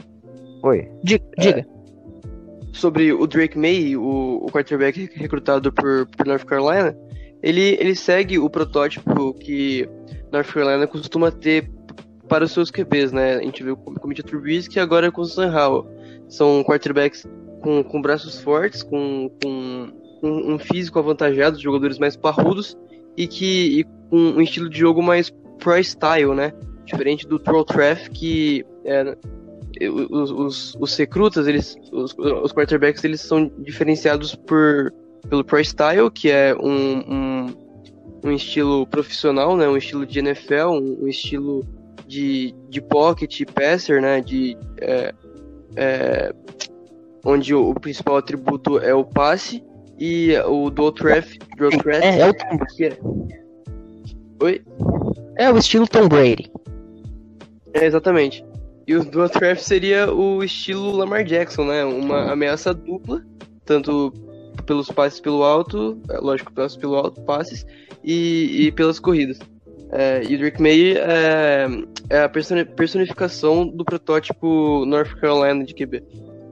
Oi. Diga. diga. É, sobre o Drake May, o, o quarterback recrutado por, por North Carolina, ele, ele segue o protótipo que North Carolina costuma ter para os seus Q Bs, né? A gente viu com o Mitchell Trubisky e agora com o Sam Howell. São quarterbacks com, com braços fortes, com, com um, um físico avantajado, jogadores mais parrudos e, que, e com um estilo de jogo mais pro style, né? Diferente do Troll Traff, que é, os, os, os recrutas, eles, os, os quarterbacks, eles são diferenciados por, pelo pro style, que é um, um, um estilo profissional, né? Um estilo de N F L, um, um estilo de, de pocket passer, né? De, é, é, onde o, o principal atributo é o passe, e o do Traff, é, é o que é... Oi? É o estilo Tom Brady. É, exatamente. E o do Traff seria o estilo Lamar Jackson, né? Uma ameaça dupla, tanto pelos passes pelo alto, é, lógico, passes pelo alto, passes, e, e pelas corridas. É, e o Drake May é, é a personificação do protótipo North Carolina de Q B.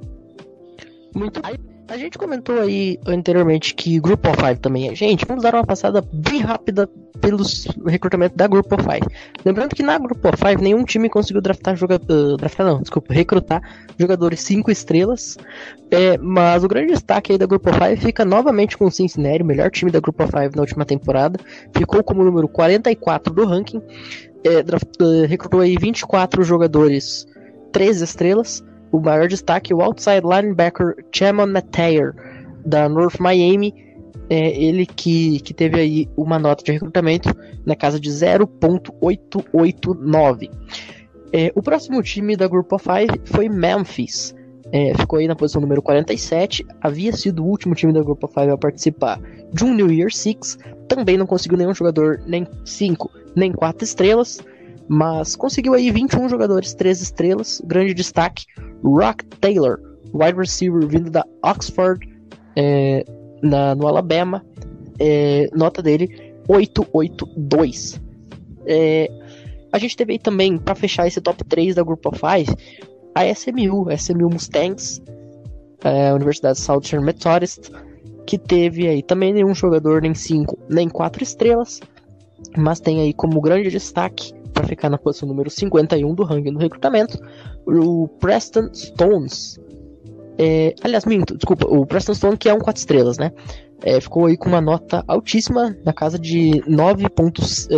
Muito bem. A gente comentou aí anteriormente que Group of Five também é. Gente, vamos dar uma passada bem rápida pelos recrutamentos da Group of Five. Lembrando que na Group of Five nenhum time conseguiu draftar jogador. Uh, draftar não, desculpa, recrutar jogadores cinco estrelas. É, mas o grande destaque aí da Group of Five fica novamente com o Cincinnati, o melhor time da Group of Five na última temporada. Ficou como número quarenta e quatro do ranking. É, draft, uh, recrutou aí vinte e quatro jogadores, três estrelas. O maior destaque, o outside linebacker Chamon Meteor, da North Miami, é ele que, que teve aí uma nota de recrutamento na casa de zero ponto oito oito nove. É, o próximo time da Group of Five foi Memphis, é, ficou aí na posição número quarenta e sete, havia sido o último time da Group of Five a participar de um New Year Six, também não conseguiu nenhum jogador nem cinco nem quatro estrelas, mas conseguiu aí vinte e um jogadores, três estrelas, grande destaque, Rock Taylor, wide receiver vindo da Oxford, é, na, no Alabama, é, nota dele oito oito dois. É, a gente teve aí também, para fechar esse top três da Group of Five, a S M U, a S M U Mustangs, é, a Universidade Southern Methodist, que teve aí também nenhum jogador, nem cinco nem quatro estrelas, mas tem aí como grande destaque, para ficar na posição número cinquenta e um do ranking do recrutamento, o Preston Stones. É, aliás, minto, desculpa, o Preston Stone, que é um quatro estrelas, né? É, ficou aí com uma nota altíssima, na casa de nove ponto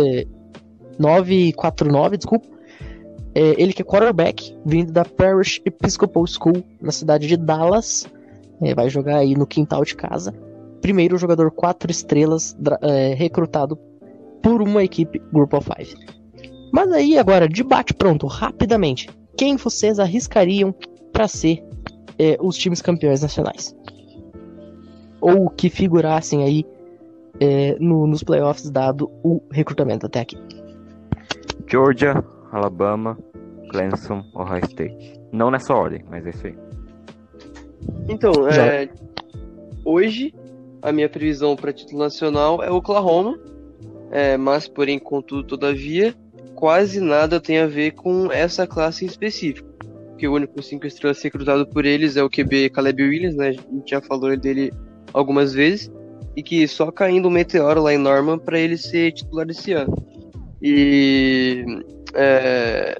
quatro nove, desculpa. É, ele que é quarterback, vindo da Parish Episcopal School, na cidade de Dallas. É, vai jogar aí no quintal de casa. Primeiro jogador quatro estrelas é, recrutado por uma equipe Group of Five. Mas aí agora, debate pronto, rapidamente. Quem vocês arriscariam para ser é, os times campeões nacionais? Ou que figurassem aí é, no, nos playoffs, dado o recrutamento até aqui? Georgia, Alabama, Clemson, Ohio State. Não nessa ordem, mas é isso aí. Então, é, hoje a minha previsão para título nacional é Oklahoma, é, mas porém, contudo, todavia, quase nada tem a ver com essa classe em específico, porque o único cinco estrelas recrutado por eles é o Q B Caleb Williams, né? A gente já falou dele algumas vezes, e que só caindo um meteoro lá em Norman para ele ser titular esse ano. E, é,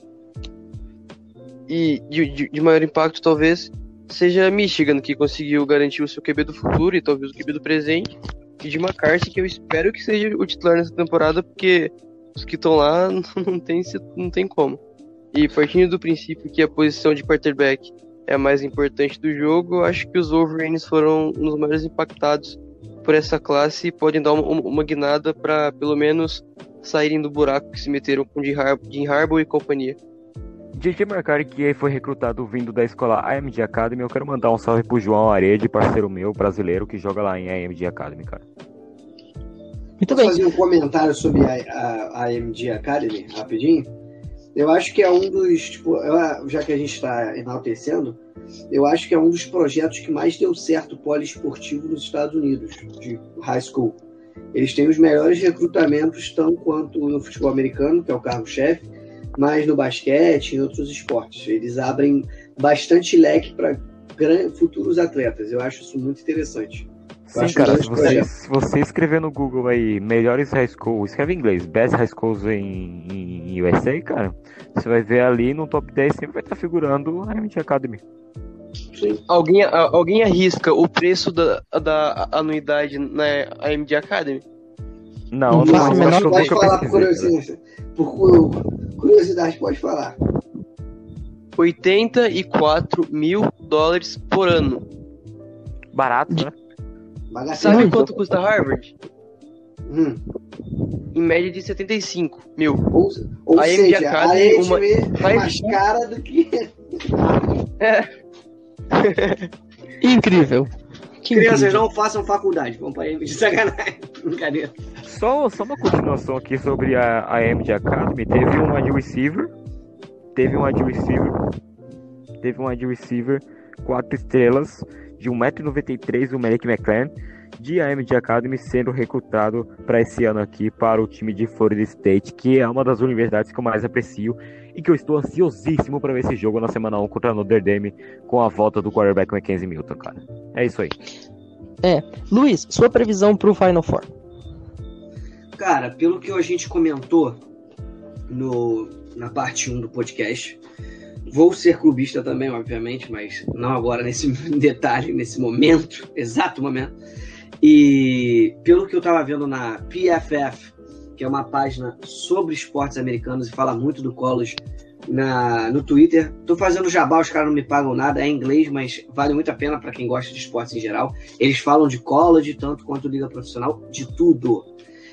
e de, de, de maior impacto talvez seja Michigan, que conseguiu garantir o seu Q B do futuro e talvez o Q B do presente, e de McCarthy, que eu espero que seja o titular nessa temporada, porque os que estão lá não tem, não tem como. E partindo do princípio que a posição de quarterback é a mais importante do jogo, eu acho que os Wolverines foram um dos maiores impactados por essa classe e podem dar uma, uma guinada para pelo menos saírem do buraco que se meteram com Jim Harbaugh e companhia. J J McCarthy, que foi recrutado vindo da escola A M D Academy, eu quero mandar um salve pro João Arede, parceiro meu, brasileiro, que joga lá em A M D Academy, cara. Muito bem. Vou fazer um comentário sobre a, a, a A M D Academy, rapidinho. Eu acho que é um dos, tipo, já que a gente está enaltecendo, eu acho que é um dos projetos que mais deu certo poliesportivo nos Estados Unidos, de high school. Eles têm os melhores recrutamentos, tanto quanto no futebol americano, que é o carro-chefe, mas no basquete e em outros esportes. Eles abrem bastante leque para futuros atletas. Eu acho isso muito interessante. Eu Sim, acho cara, que se os você, dois se você escrever no Google aí, melhores high schools, escreve em inglês, best high schools em, em U S A, cara, você vai ver ali no top dez sempre vai estar figurando a M D Academy. Sim. Alguém, a- alguém arrisca o preço da, da anuidade na A M D Academy? Não, Não não, faço não a menor- acho que eu Pode nunca falar por pesquisei, cara. curiosidade. Por cu- curiosidade, pode falar. oitenta e quatro mil dólares por ano. Barato, né? Bagaceiro. Sabe Muito. quanto custa Harvard? Hum. Em média de setenta e cinco mil. Ou, ou A M D seja, a Academy, uma H M é high mais school- cara do que. Incrível. Que Crianças, incrível. não façam faculdade. Vamos para de sacanagem. Brincadeira. Só, só uma continuação aqui sobre a, a M D Academy, teve um wide receiver, teve um wide receiver, teve um wide receiver, quatro estrelas, de um metro e noventa e três, o Malik McLaren, de A M D Academy sendo recrutado para esse ano aqui para o time de Florida State, que é uma das universidades que eu mais aprecio e que eu estou ansiosíssimo para ver esse jogo na semana um contra a Notre Dame com a volta do quarterback Mackenzie Milton, cara. É isso aí. Luiz, sua previsão pro Final Four. Cara, pelo que a gente comentou no, na parte um do podcast, vou ser clubista também, obviamente, mas não agora nesse detalhe, nesse momento, exato momento. E pelo que eu tava vendo na P F F, que é uma página sobre esportes americanos e fala muito do college na, no Twitter. Tô fazendo jabá, os caras não me pagam nada, é em inglês, mas vale muito a pena para quem gosta de esportes em geral. Eles falam de college, tanto quanto liga profissional, de tudo.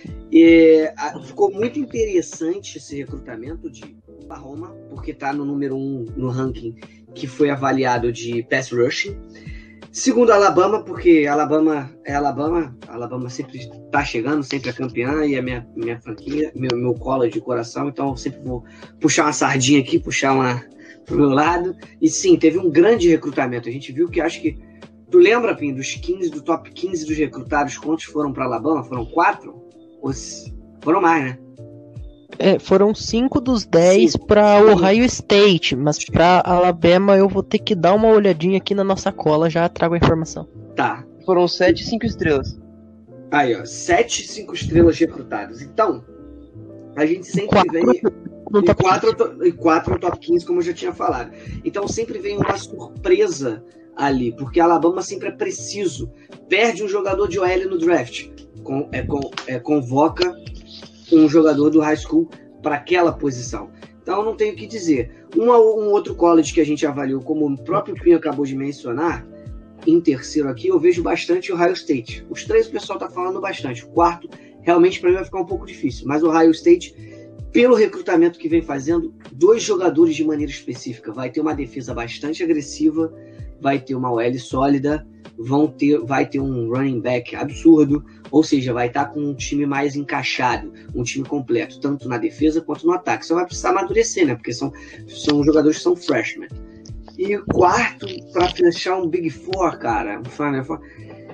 E a, ficou muito interessante esse recrutamento de Oklahoma, porque tá no número um no ranking que foi avaliado de pass rushing. Segundo, Alabama, porque Alabama é Alabama, Alabama sempre está chegando, sempre é campeã e é minha, minha franquia, meu, meu college de coração, então eu sempre vou puxar uma sardinha aqui, puxar uma pro meu lado. E sim, teve um grande recrutamento. A gente viu que acho que. Tu lembra, Pim, dos quinze, do top quinze dos recrutados, quantos foram para Alabama? Foram quatro? Ou se- foram mais, né? É, foram cinco dos dez pra Ohio State, mas pra Alabama eu vou ter que dar uma olhadinha aqui na nossa cola, já trago a informação. Tá. Foram sete e cinco estrelas. Aí, ó, sete, cinco estrelas recrutadas. Então, a gente sempre Quatro vem. no E top quatro, to- e quatro no top quinze, como eu já tinha falado. Então sempre vem uma surpresa ali, porque a Alabama sempre é preciso. Perde um jogador de O L no draft, com, é, com, é, convoca um jogador do high school para aquela posição. Então não tenho o que dizer. Uma, um outro college que a gente avaliou, como o próprio Pinho acabou de mencionar, em terceiro aqui, eu vejo bastante o Ohio State. Os três o pessoal está falando bastante. O quarto, realmente, para mim vai ficar um pouco difícil. Mas o Ohio State, pelo recrutamento que vem fazendo, dois jogadores de maneira específica. Vai ter uma defesa bastante agressiva, vai ter uma O L sólida, vão ter, vai ter um running back absurdo, ou seja, vai estar com um time mais encaixado, um time completo, tanto na defesa quanto no ataque. Só vai precisar amadurecer, né? Porque são, são jogadores que são freshmen. E quarto, para fechar um Big Four, cara, um Final Four,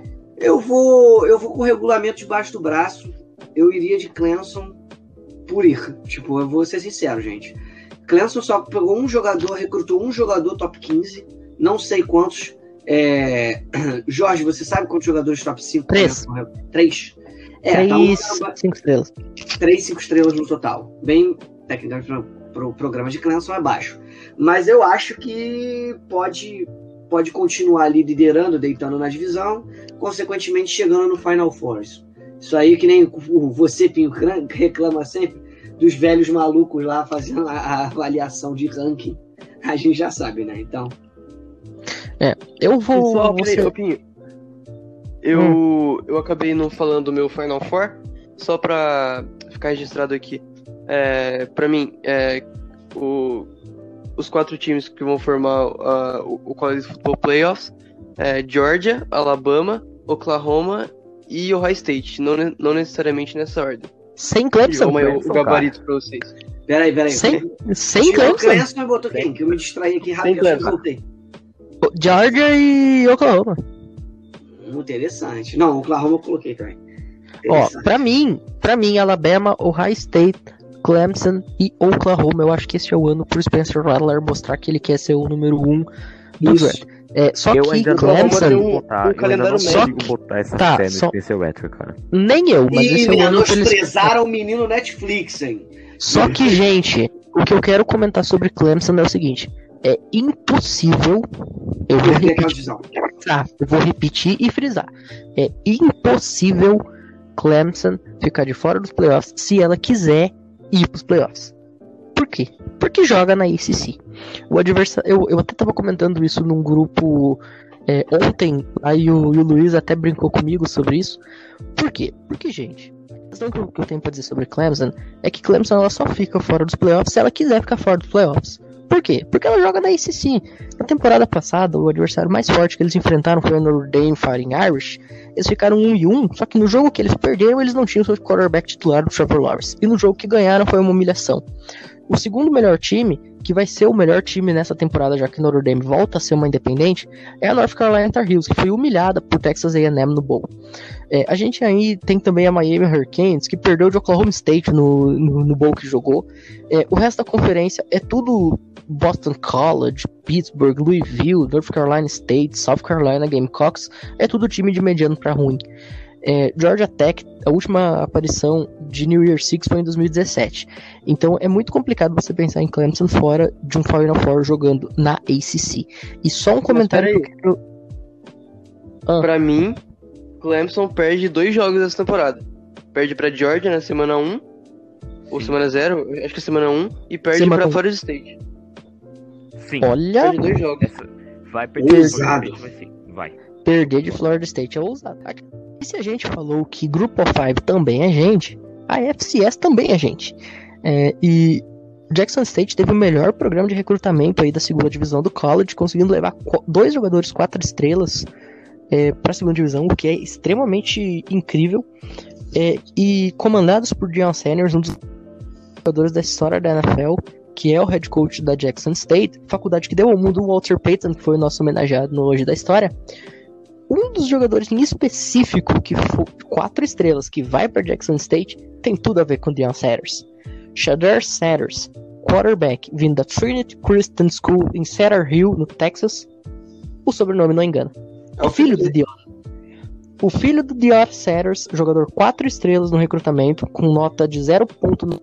eu vou, eu vou com o regulamento debaixo do braço. Eu iria de Clemson por ir. Tipo, eu vou ser sincero, gente. Clemson só pegou um jogador, recrutou um jogador top quinze, não sei quantos. É... Jorge, você sabe quantos jogadores top cinco? Três. Três? É, Três, tá um número- cinco estrelas. três, cinco estrelas no total. Bem, tecnicamente, para o programa de Clemson é baixo. Mas eu acho que pode, pode continuar ali liderando, deitando na divisão, consequentemente chegando no Final Four. Isso aí que nem o- você, Pinho, reclama sempre dos velhos malucos lá fazendo a, a avaliação de ranking. A gente já sabe, né? Então, Eu vou. Pessoal, vou peraí, ser- ô, Pinho. Eu, eu acabei não falando do meu Final Four, só pra ficar registrado aqui. É, pra mim, é, o, os quatro times que vão formar uh, o, o College Football Playoffs é Georgia, Alabama, Oklahoma e Ohio State. Não, ne- não necessariamente nessa ordem. Sem Clemson. Toma aí o, Clemson, o gabarito pra vocês. peraí, peraí. Sem, sem Tirou o Clemson. Clemson e botou quem? Que eu me distraí aqui rápido e Clemson. voltei. Georgia e Oklahoma. Hum, Interessante. Não, o Oklahoma eu coloquei também. Ó, Interessante. pra mim, pra mim, Alabama, Ohio State, Clemson e Oklahoma. Eu acho que esse é o ano pro Spencer Rattler mostrar que ele quer ser o número um do Isso. draft. É, só eu que ainda não Clemson- consigo um- botar, um eu ainda calendário não médio. consigo botar essa Tá, cena só- em Spencer Rattler, cara. nem eu, mas E esse é o ano que eles... menosprezaram o menino Netflix, hein? Só que, gente, o que eu quero comentar sobre Clemson é o seguinte: é impossível. Eu vou Perder aquela repetir, divisão. frisar, eu vou repetir e frisar. É impossível Clemson ficar de fora dos playoffs se ela quiser ir pros playoffs. Por quê? Porque joga na A C C. O adversário, eu, eu até tava comentando isso num grupo é, ontem, aí o, e o Luiz até brincou comigo sobre isso. Por quê? Porque, gente, a questão que eu, que eu tenho pra dizer sobre Clemson é que Clemson ela só fica fora dos playoffs se ela quiser ficar fora dos playoffs. Por quê? Porque ela joga na A C C. Na temporada passada, o adversário mais forte que eles enfrentaram foi o Notre Dame Fighting Irish. Eles ficaram um e um, só que no jogo que eles perderam, eles não tinham seu quarterback titular, o Trevor Lawrence. E no jogo que ganharam foi uma humilhação. O segundo melhor time, que vai ser o melhor time nessa temporada, já que Notre Dame volta a ser uma independente, é a North Carolina Tar Heels, que foi humilhada por Texas A and M no bowl. É, a gente aí tem também a Miami Hurricanes, que perdeu de Oklahoma State no, no, no bowl que jogou. É, o resto da conferência é tudo Boston College, Pittsburgh, Louisville, North Carolina State, South Carolina Gamecocks, é tudo time de mediano para ruim. É, Georgia Tech, a última aparição de New Year Six foi em dois mil e dezessete. Então é muito complicado você pensar em Clemson fora de um Final Four jogando na A C C. E só um comentário que eu quero... Ah. Pra mim, Clemson perde dois jogos dessa temporada. Perde pra Georgia na semana um, ou semana zero, acho que é semana um, e perde Semana pra um. Florida State. Sim, Olha, Perde dois jogos. essa vai perder Ousado. mas sim, vai. perder de Florida State é ousado. E se a gente falou que Group of Five também é gente, a F C S também é gente. É, e Jackson State teve o melhor programa de recrutamento aí da segunda divisão do college, conseguindo levar qu- dois jogadores quatro estrelas é, para a segunda divisão, o que é extremamente incrível. É, e comandados por Deion Sanders, um dos jogadores da história da N F L, que é o head coach da Jackson State, faculdade que deu ao mundo o Walter Payton, que foi o nosso homenageado no Hoje da História. Um dos jogadores em específico, que foi quatro estrelas, que vai para Jackson State, tem tudo a ver com Deion Sanders. Shedeur Sanders, quarterback, vindo da Trinity Christian School em Cedar Hill, no Texas. O sobrenome não engana. É o filho do Deion. O filho do Deion Sanders, jogador quatro estrelas no recrutamento, com nota de zero ponto nove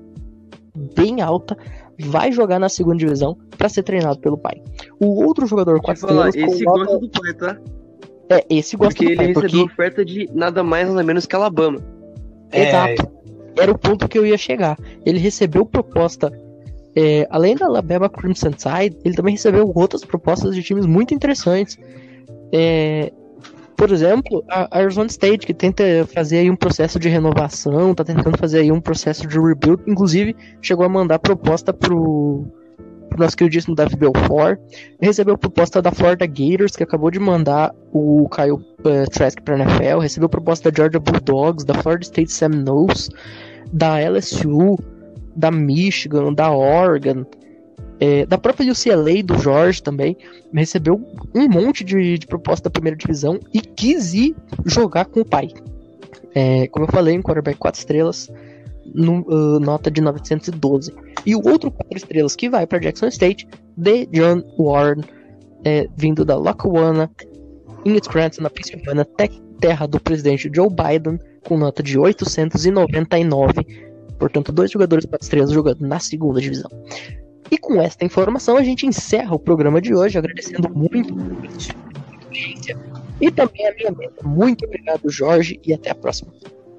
bem alta, vai jogar na segunda divisão para ser treinado pelo pai. O outro jogador quatro falar, estrelas esse com nota... gosta do pai, tá? É, esse gosta Porque do ele pai, recebeu porque... oferta de nada mais nada menos que Alabama. É. Exato. Era o ponto que eu ia chegar. Ele recebeu proposta, é, além da Alabama Crimson Tide, ele também recebeu outras propostas de times muito interessantes. É, por exemplo, a Arizona State, que tenta fazer aí um processo de renovação, tá tentando fazer aí um processo de rebuild, inclusive chegou a mandar proposta pro, pro nosso queridíssimo Davi Belfort. Recebeu proposta da Florida Gators, que acabou de mandar o Kyle uh, Trask pra N F L. Recebeu proposta da Georgia Bulldogs, da Florida State Seminoles, da L S U, da Michigan, da Oregon, é, da própria U C L A, do Jorge também. Recebeu um monte de, de proposta da primeira divisão e quis ir jogar com o pai. É, como eu falei, um quarterback quatro estrelas, no, uh, nota de novecentos e doze. E o outro quatro estrelas que vai para Jackson State, de John Warren, é, vindo da Lackawanna, em Scranton, na Pensilvânia, terra do presidente Joe Biden, com nota de oitocentos e noventa e nove. Portanto, dois jogadores quatro estrelas jogando na segunda divisão. E com esta informação a gente encerra o programa de hoje, agradecendo muito a experiência e também a minha meta. Muito obrigado, Jorge, e até a próxima.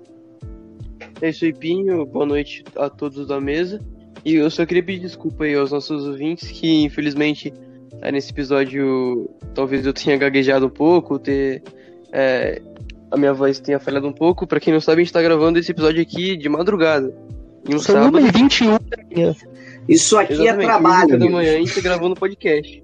É isso aí, Pinho. Boa noite a todos da mesa. E eu só queria pedir desculpa aí aos nossos ouvintes, que infelizmente é, nesse episódio talvez eu tenha gaguejado um pouco, ter, é, a minha voz tenha falhado um pouco. Pra quem não sabe, a gente tá gravando esse episódio aqui de madrugada. Em um São sábado. uma e vinte e um da manhã. Isso aqui Exatamente, é trabalho, da amigos. manhã a gente tá gravando podcast.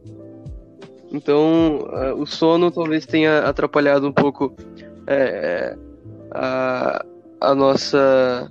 Então, uh, o sono talvez tenha atrapalhado um pouco é, a, a nossa.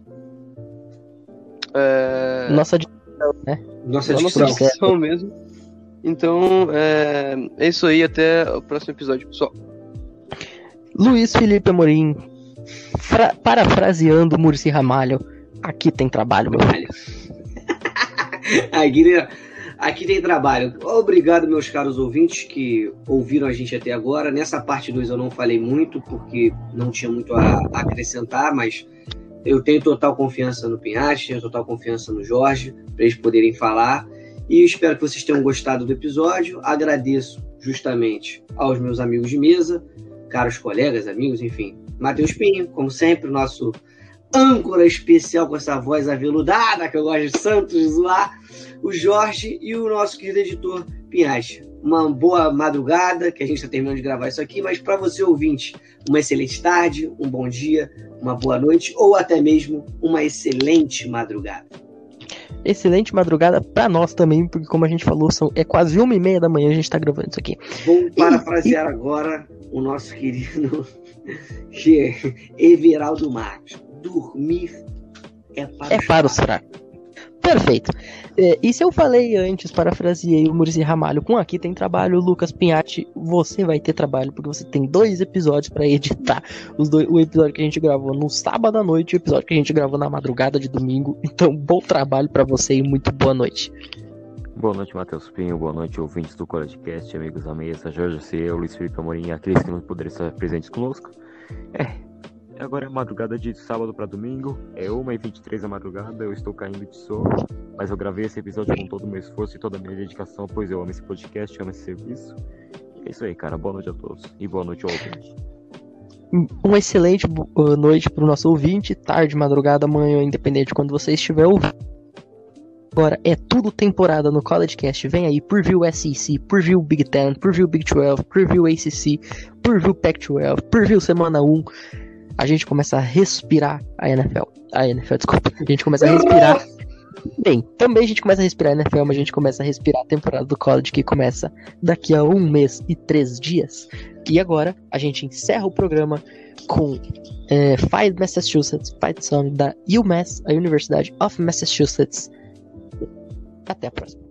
É, Nossa direção, né? Nossa a nossa discussão. discussão mesmo. Então, é, é isso aí. Até o próximo episódio, pessoal. Luiz Felipe Amorim, fra- parafraseando Muricy Ramalho, aqui tem trabalho, meu filho. Aqui, Aqui tem trabalho. Obrigado, meus caros ouvintes que ouviram a gente até agora. Nessa parte dois eu não falei muito, porque não tinha muito a acrescentar, mas eu tenho total confiança no Pinhatti, tenho total confiança no Jorge, para eles poderem falar. E espero que vocês tenham gostado do episódio. Agradeço justamente aos meus amigos de mesa, caros colegas, amigos, enfim. Matheus Pinho, como sempre, nosso âncora especial com essa voz aveludada, que eu gosto de Santos zoar, o Jorge e o nosso querido editor Pinhatti. Uma boa madrugada, que a gente está terminando de gravar isso aqui, mas para você ouvinte, uma excelente tarde, um bom dia, uma boa noite ou até mesmo uma excelente madrugada. Excelente madrugada para nós também, porque como a gente falou, são, é quase uma e meia da manhã a gente tá gravando isso aqui. Vou parafrasear e... agora o nosso querido Everaldo Marques. Dormir é para, é para os fracos. Perfeito. É, e se eu falei antes, parafraseei o Muricy Ramalho com Aqui Tem Trabalho, Lucas Pinhatti, você vai ter trabalho, porque você tem dois episódios para editar. Os dois, o episódio que a gente gravou no sábado à noite e o episódio que a gente gravou na madrugada de domingo. Então, bom trabalho para você e muito boa noite. Boa noite, Matheus Pinho. Boa noite, ouvintes do CollegeCast, amigos da mesa, Jorge Ciel, Luiz Felipe Amorim e aqueles que não poderiam estar presentes conosco. É... Agora é madrugada de sábado para domingo, é uma e vinte e três da madrugada, eu estou caindo de sono, mas eu gravei esse episódio com todo o meu esforço e toda a minha dedicação, pois eu amo esse podcast, eu amo esse serviço. E é isso aí, cara, boa noite a todos e boa noite ao ouvinte. Uma excelente boa noite para o nosso ouvinte, tarde, madrugada, manhã, independente de quando você estiver ouvindo. Agora é tudo temporada no CollegeCast, vem aí Preview S E C, Preview Big Ten, Preview Big doze, Preview A C C, Preview Pac doze, Preview Semana um. A gente começa a respirar a N F L. A N F L, desculpa. A gente começa a respirar. Bem, também a gente começa a respirar a N F L, mas a gente começa a respirar a temporada do college, que começa daqui a um mês e três dias. E agora a gente encerra o programa com é, Fight Massachusetts, Fight Song da UMass, a Universidade of Massachusetts. Até a próxima.